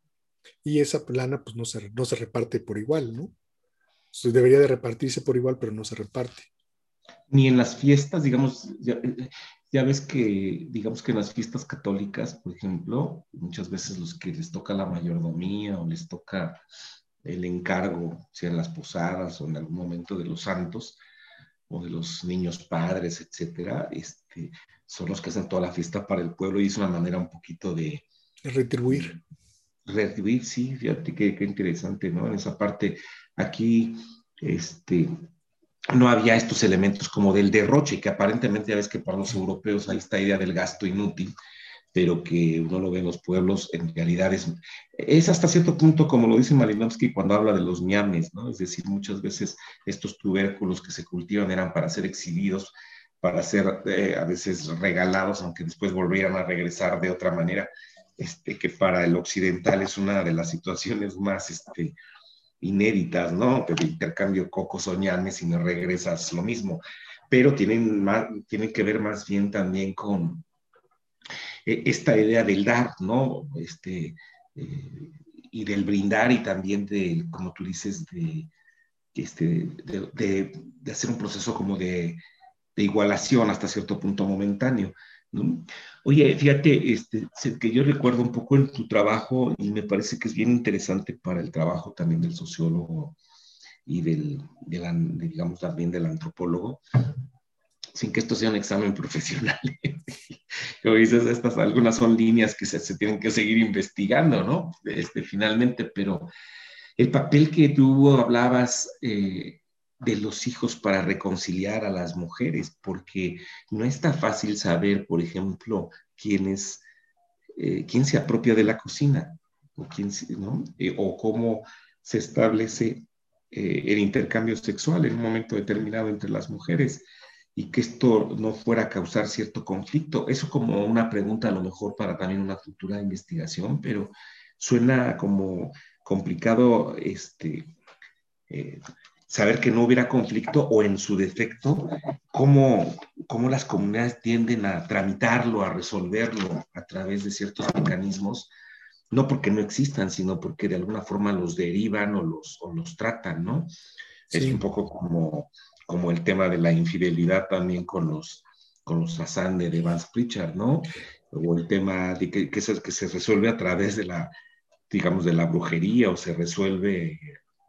Y esa lana pues no se, no se reparte por igual, ¿no? Entonces, debería de repartirse por igual, pero no se reparte. Ni en las fiestas, digamos, ya, ya ves que, digamos que en las fiestas católicas, por ejemplo, muchas veces los que les toca la mayordomía o les toca el encargo, sea en las posadas o en algún momento de los santos o de los niños padres, etcétera, este, son los que hacen toda la fiesta para el pueblo y es una manera un poquito de, Retribuir. de recibir, sí, fíjate qué, qué interesante, ¿no? En esa parte, aquí, este, no había estos elementos como del derroche, que aparentemente ya ves que para los europeos hay esta idea del gasto inútil, pero que uno lo ve en los pueblos, en realidad es, es hasta cierto punto, como lo dice Malinowski cuando habla de los ñames, ¿no? Es decir, muchas veces estos tubérculos que se cultivan eran para ser exhibidos, para ser eh, a veces regalados, aunque después volvieran a regresar de otra manera, este, que para el occidental es una de las situaciones más este, inéditas, ¿no? De intercambio cocos o ñames y no regresas lo mismo, pero tienen, más, tienen que ver más bien también con eh, esta idea del dar, ¿no? Este, eh, y del brindar y también de, como tú dices, de, este, de, de, de hacer un proceso como de, de, igualación hasta cierto punto momentáneo, ¿no? Oye, fíjate, este, que yo recuerdo un poco en tu trabajo y me parece que es bien interesante para el trabajo también del sociólogo y del, de la, de, digamos, también del antropólogo, sin que esto sea un examen profesional. Como dices, estas algunas son líneas que se, se, tienen que seguir investigando, ¿no? Este, finalmente, pero el papel que tú hablabas eh, de los hijos para reconciliar a las mujeres, porque no es tan fácil saber, por ejemplo, quién es, eh, quién se apropia de la cocina, o, quién, ¿no? Eh, o cómo se establece eh, el intercambio sexual en un momento determinado entre las mujeres y que esto no fuera a causar cierto conflicto. Eso como una pregunta a lo mejor para también una futura investigación, pero suena como complicado este, eh, saber que no hubiera conflicto o en su defecto, cómo, cómo las comunidades tienden a tramitarlo, a resolverlo a través de ciertos mecanismos, no porque no existan, sino porque de alguna forma los derivan o los, o los tratan, ¿no? Es un Sí, poco como, como el tema de la infidelidad también con los, con los Hassan de Evans Pritchard, ¿no? O el tema de que, que, se, que se resuelve a través de la, digamos, de la brujería o se resuelve,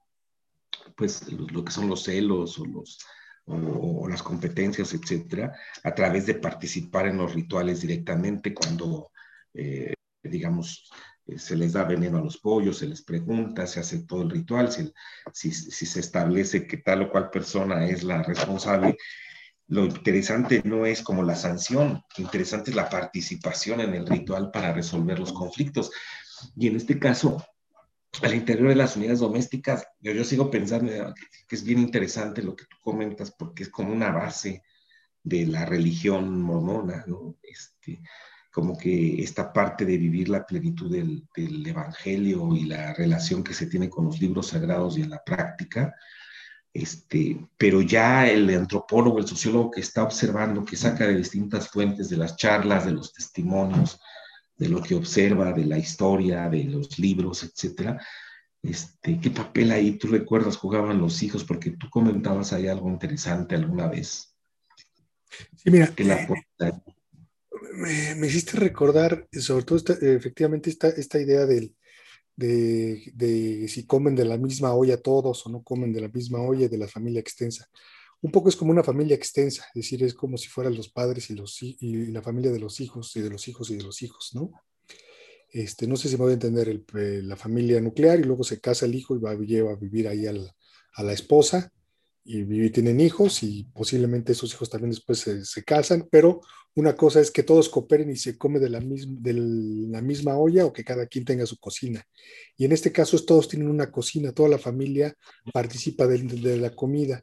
pues, lo, lo que son los celos o, los, o, o, las competencias, etcétera, a través de participar en los rituales directamente cuando, eh, digamos, eh, se les da veneno a los pollos, se les pregunta, se hace todo el ritual, si, si, si se establece que tal o cual persona es la responsable. Lo interesante no es como la sanción, lo interesante es la participación en el ritual para resolver los conflictos. Y en este caso, al interior de las unidades domésticas, yo, yo sigo pensando que, que es bien interesante lo que tú comentas, porque es como una base de la religión mormona, ¿no? Este, como que esta parte de vivir la plenitud del, del evangelio y la relación que se tiene con los libros sagrados y en la práctica, este, pero ya el antropólogo, el sociólogo que está observando, que saca de distintas fuentes, de las charlas, de los testimonios, de lo que observa, de la historia, de los libros, etcétera. Este, ¿qué papel ahí tú recuerdas jugaban los hijos? Porque tú comentabas ahí algo interesante alguna vez. sí, mira, Que la eh, me, me, hiciste recordar, sobre todo, esta, efectivamente, esta, esta idea del, de, de si comen de la misma olla todos o no comen de la misma olla de la familia extensa. un poco es como una familia extensa, es decir, es como si fueran los padres y, los, y la familia de los hijos y de los hijos y de los hijos, ¿no? Este, no sé si me voy a entender, el, eh, la familia nuclear y luego se casa el hijo y va, lleva a vivir ahí al, a la esposa y vive, tienen hijos y posiblemente esos hijos también después se, se casan, pero una cosa es que todos cooperen y se come de la, misma, de la misma olla o que cada quien tenga su cocina. Y en este caso es, todos tienen una cocina, toda la familia participa de, de la comida,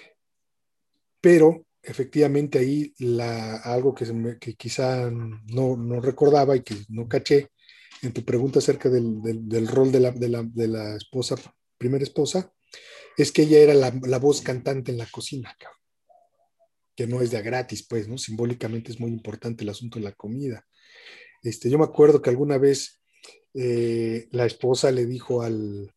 pero efectivamente ahí la, algo que, se me, que quizá no, no recordaba y que no caché en tu pregunta acerca del, del, del rol de la, de, la, de la, esposa, primera esposa, es que ella era la, la voz cantante en la cocina, cabrón, que no es de a gratis, pues, ¿no? Simbólicamente es muy importante el asunto de la comida. Este, yo me acuerdo que alguna vez eh, la esposa le dijo al,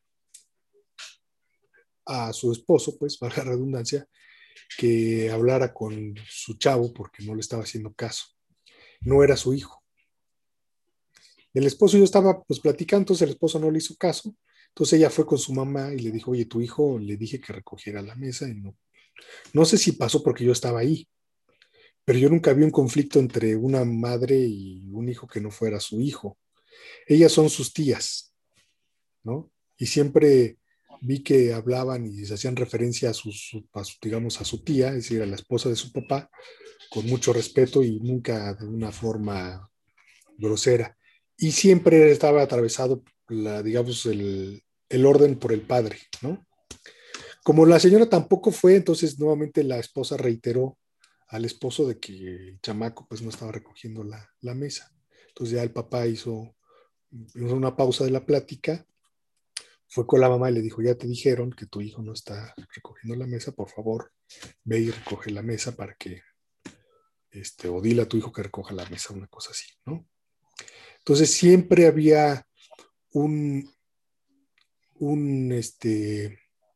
a su esposo, pues, para la redundancia, que hablara con su chavo porque no le estaba haciendo caso. No era su hijo. El esposo y yo estaba pues platicando, entonces el esposo no le hizo caso. Entonces ella fue con su mamá y le dijo, oye, tu hijo le dije que recogiera la mesa y no. No sé si pasó porque yo estaba ahí, pero yo nunca vi un conflicto entre una madre y un hijo que no fuera su hijo. Ellas son sus tías, ¿no? Y siempre vi que hablaban y se hacían referencia a su, a su, digamos, a su tía, es decir, a la esposa de su papá, con mucho respeto y nunca de una forma grosera. Y siempre estaba atravesado, la, digamos, el, el orden por el padre, ¿no? Como la señora tampoco fue, entonces nuevamente la esposa reiteró al esposo de que el chamaco pues no estaba recogiendo la, la mesa. Entonces ya el papá hizo, hizo una pausa de la plática, fue con la mamá y le dijo, ya te dijeron que tu hijo no está recogiendo la mesa, por favor, ve y recoge la mesa para que, este, o dile a tu hijo que recoja la mesa, una cosa así, ¿no? Entonces siempre había un, un, este,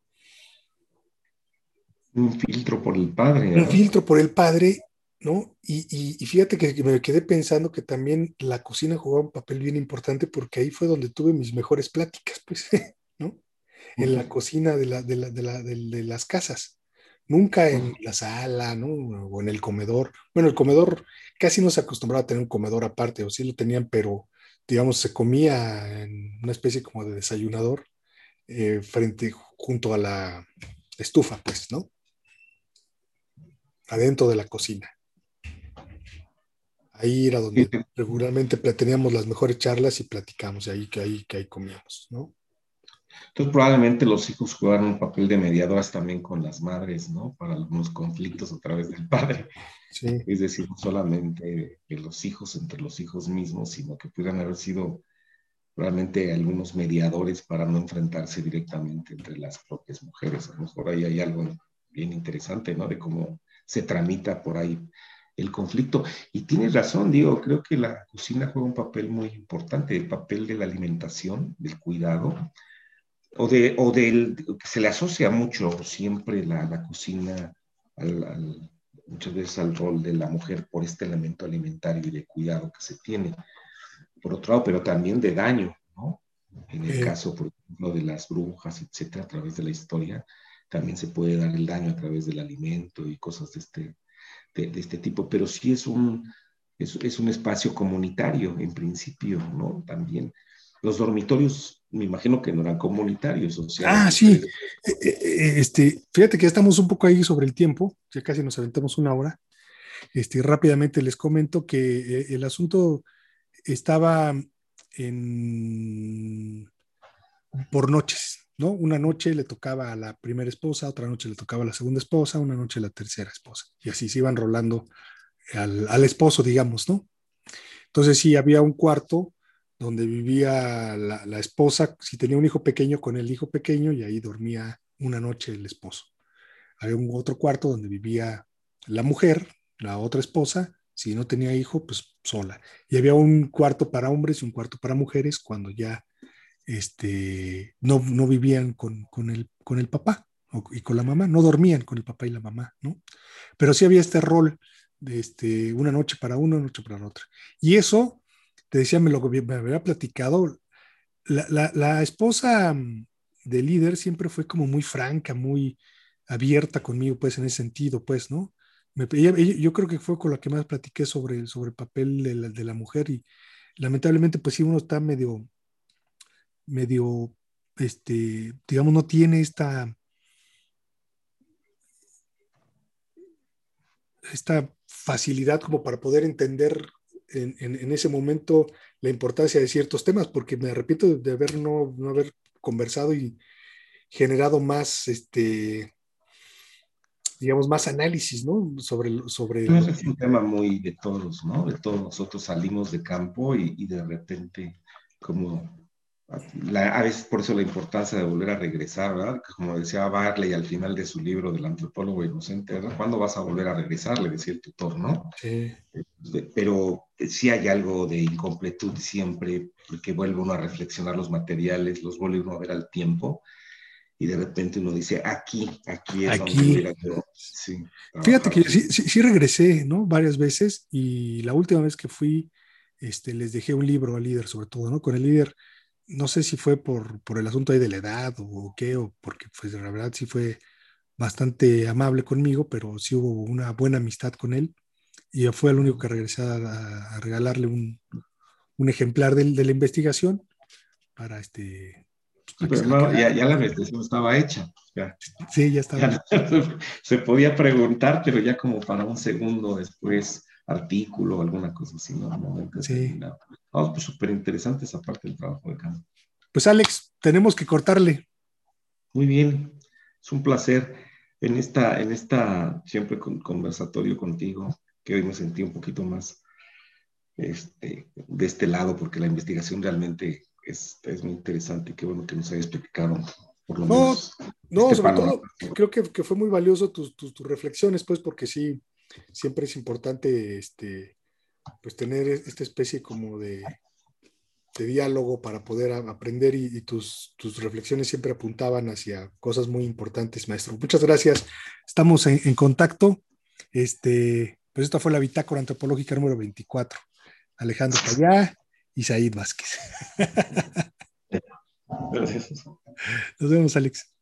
Un filtro por el padre, un ¿no? filtro por el padre, ¿no? Y, y, y fíjate que me quedé pensando que también la cocina jugaba un papel bien importante porque ahí fue donde tuve mis mejores pláticas, pues, ¿no? En la cocina de, la, de, la, de, la, de, de las casas. Nunca en la sala, ¿no? O en el comedor. Bueno, el comedor casi no se acostumbraba a tener un comedor aparte, o sí lo tenían, pero digamos, se comía en una especie como de desayunador eh, frente, junto a la estufa, pues, ¿no? Adentro de la cocina. Ahí era donde regularmente teníamos las mejores charlas y platicamos, y ahí que ahí, que ahí comíamos, ¿no? Entonces, probablemente los hijos jugaron un papel de mediadoras también con las madres, ¿no? Para algunos conflictos a través del padre. Sí, Es decir, no solamente de los hijos entre los hijos mismos, sino que pudieran haber sido realmente algunos mediadores para no enfrentarse directamente entre las propias mujeres. A lo mejor ahí hay algo bien interesante, ¿no? De cómo se tramita por ahí el conflicto. Y tienes razón, digo, creo que la cocina juega un papel muy importante, el papel de la alimentación, del cuidado, o, de, o del, que se le asocia mucho siempre la, la cocina al, al, muchas veces al rol de la mujer por este elemento alimentario y de cuidado que se tiene por otro lado, pero también de daño, ¿no? En el eh, caso, por ejemplo, de las brujas, etcétera, a través de la historia, también se puede dar el daño a través del alimento y cosas de este, de, de este tipo, pero sí es un, es, es, un espacio comunitario, en principio, ¿no? También. Los dormitorios, me imagino que no eran comunitarios, o sea, las ah, sí. mujeres. Eh, eh, eh, Este, fíjate que ya estamos un poco ahí sobre el tiempo, ya casi nos aventamos una hora. Este, rápidamente les comento que eh, el asunto estaba en por noches, ¿no? Una noche le tocaba a la primera esposa, otra noche le tocaba a la segunda esposa, una noche a la tercera esposa. Y así se iban rolando al, al esposo, digamos, ¿no? Entonces sí, había un cuarto donde vivía la, la, esposa, si tenía un hijo pequeño, con el hijo pequeño, y ahí dormía una noche el esposo. Había un otro cuarto donde vivía la mujer, la otra esposa, si no tenía hijo, pues sola. Y había un cuarto para hombres y un cuarto para mujeres cuando ya este, no, no vivían con, con, el, con el papá o, y con la mamá, no dormían con el papá y la mamá, ¿no? Pero sí había este rol de este, una noche para uno, una noche para la otra. Y eso, te decía, me lo me había platicado, la, la, la esposa del líder siempre fue como muy franca, muy, abierta conmigo, pues, en ese sentido, pues, ¿no? Me, ella- ella- yo creo que fue con la que más platiqué sobre, sobre el papel de la, de la mujer y lamentablemente, pues sí, uno está medio, medio, este, digamos, no tiene esta, esta facilidad como para poder entender en, en, en ese momento la importancia de ciertos temas, porque me arrepiento de, de haber no, no haber conversado y generado más, este, digamos, más análisis, ¿no? Sobre, sobre Bueno, lo ese es que... un tema muy de todos, ¿no? De todos nosotros salimos de campo y, y de repente, como la- a veces por eso la importancia de volver a regresar, ¿verdad? Como decía Barley al final de su libro del antropólogo inocente, ¿verdad? ¿Cuándo vas a volver a regresar? Le decía el tutor, ¿no? Sí, De- Pero sí hay algo de incompletud siempre, porque vuelve uno a reflexionar los materiales, los vuelve uno a ver al tiempo, y de repente uno dice, aquí, aquí es donde aquí, hubiera yo, sí, fíjate que trabajado. yo sí, sí, sí regresé, ¿no? Varias veces y la última vez que fui, este, les dejé un libro al líder, sobre todo, ¿no? Con el líder, no sé si fue por, por el asunto ahí de la edad o qué, o porque, pues, la verdad sí fue bastante amable conmigo, pero sí hubo una buena amistad con él y fue el único que regresé a, a- a regalarle un, un ejemplar del- de, la investigación para, este, pues, Sí, para que pero se la no, ya, quedara. ya la investigación estaba hecha. Ya, Sí, ya ya estaba. no- se podía preguntar, pero ya como para un segundo después, artículo o alguna cosa así, ¿no? En un momento Sí. determinado. No, pues súper interesante esa parte del trabajo de campo. Pues Alex, tenemos que cortarle. Muy bien, es un placer en esta, en esta siempre con, conversatorio contigo, que hoy me sentí un poquito más este, de este lado, porque la investigación realmente es, es muy interesante y qué bueno que nos hayas explicado por lo No, menos no, este sobre panorama. todo que creo que, que fue muy valioso tus, tus, tus reflexiones, pues, porque sí, siempre es importante este, pues tener esta especie como de, de diálogo para poder a- aprender y, y tus, tus reflexiones siempre apuntaban hacia cosas muy importantes, maestro. Muchas gracias. Estamos en, en contacto. Este, pues esta fue la bitácora antropológica número veinticuatro. Alejandro Payá y Said Vázquez. Gracias. Nos vemos, Alex.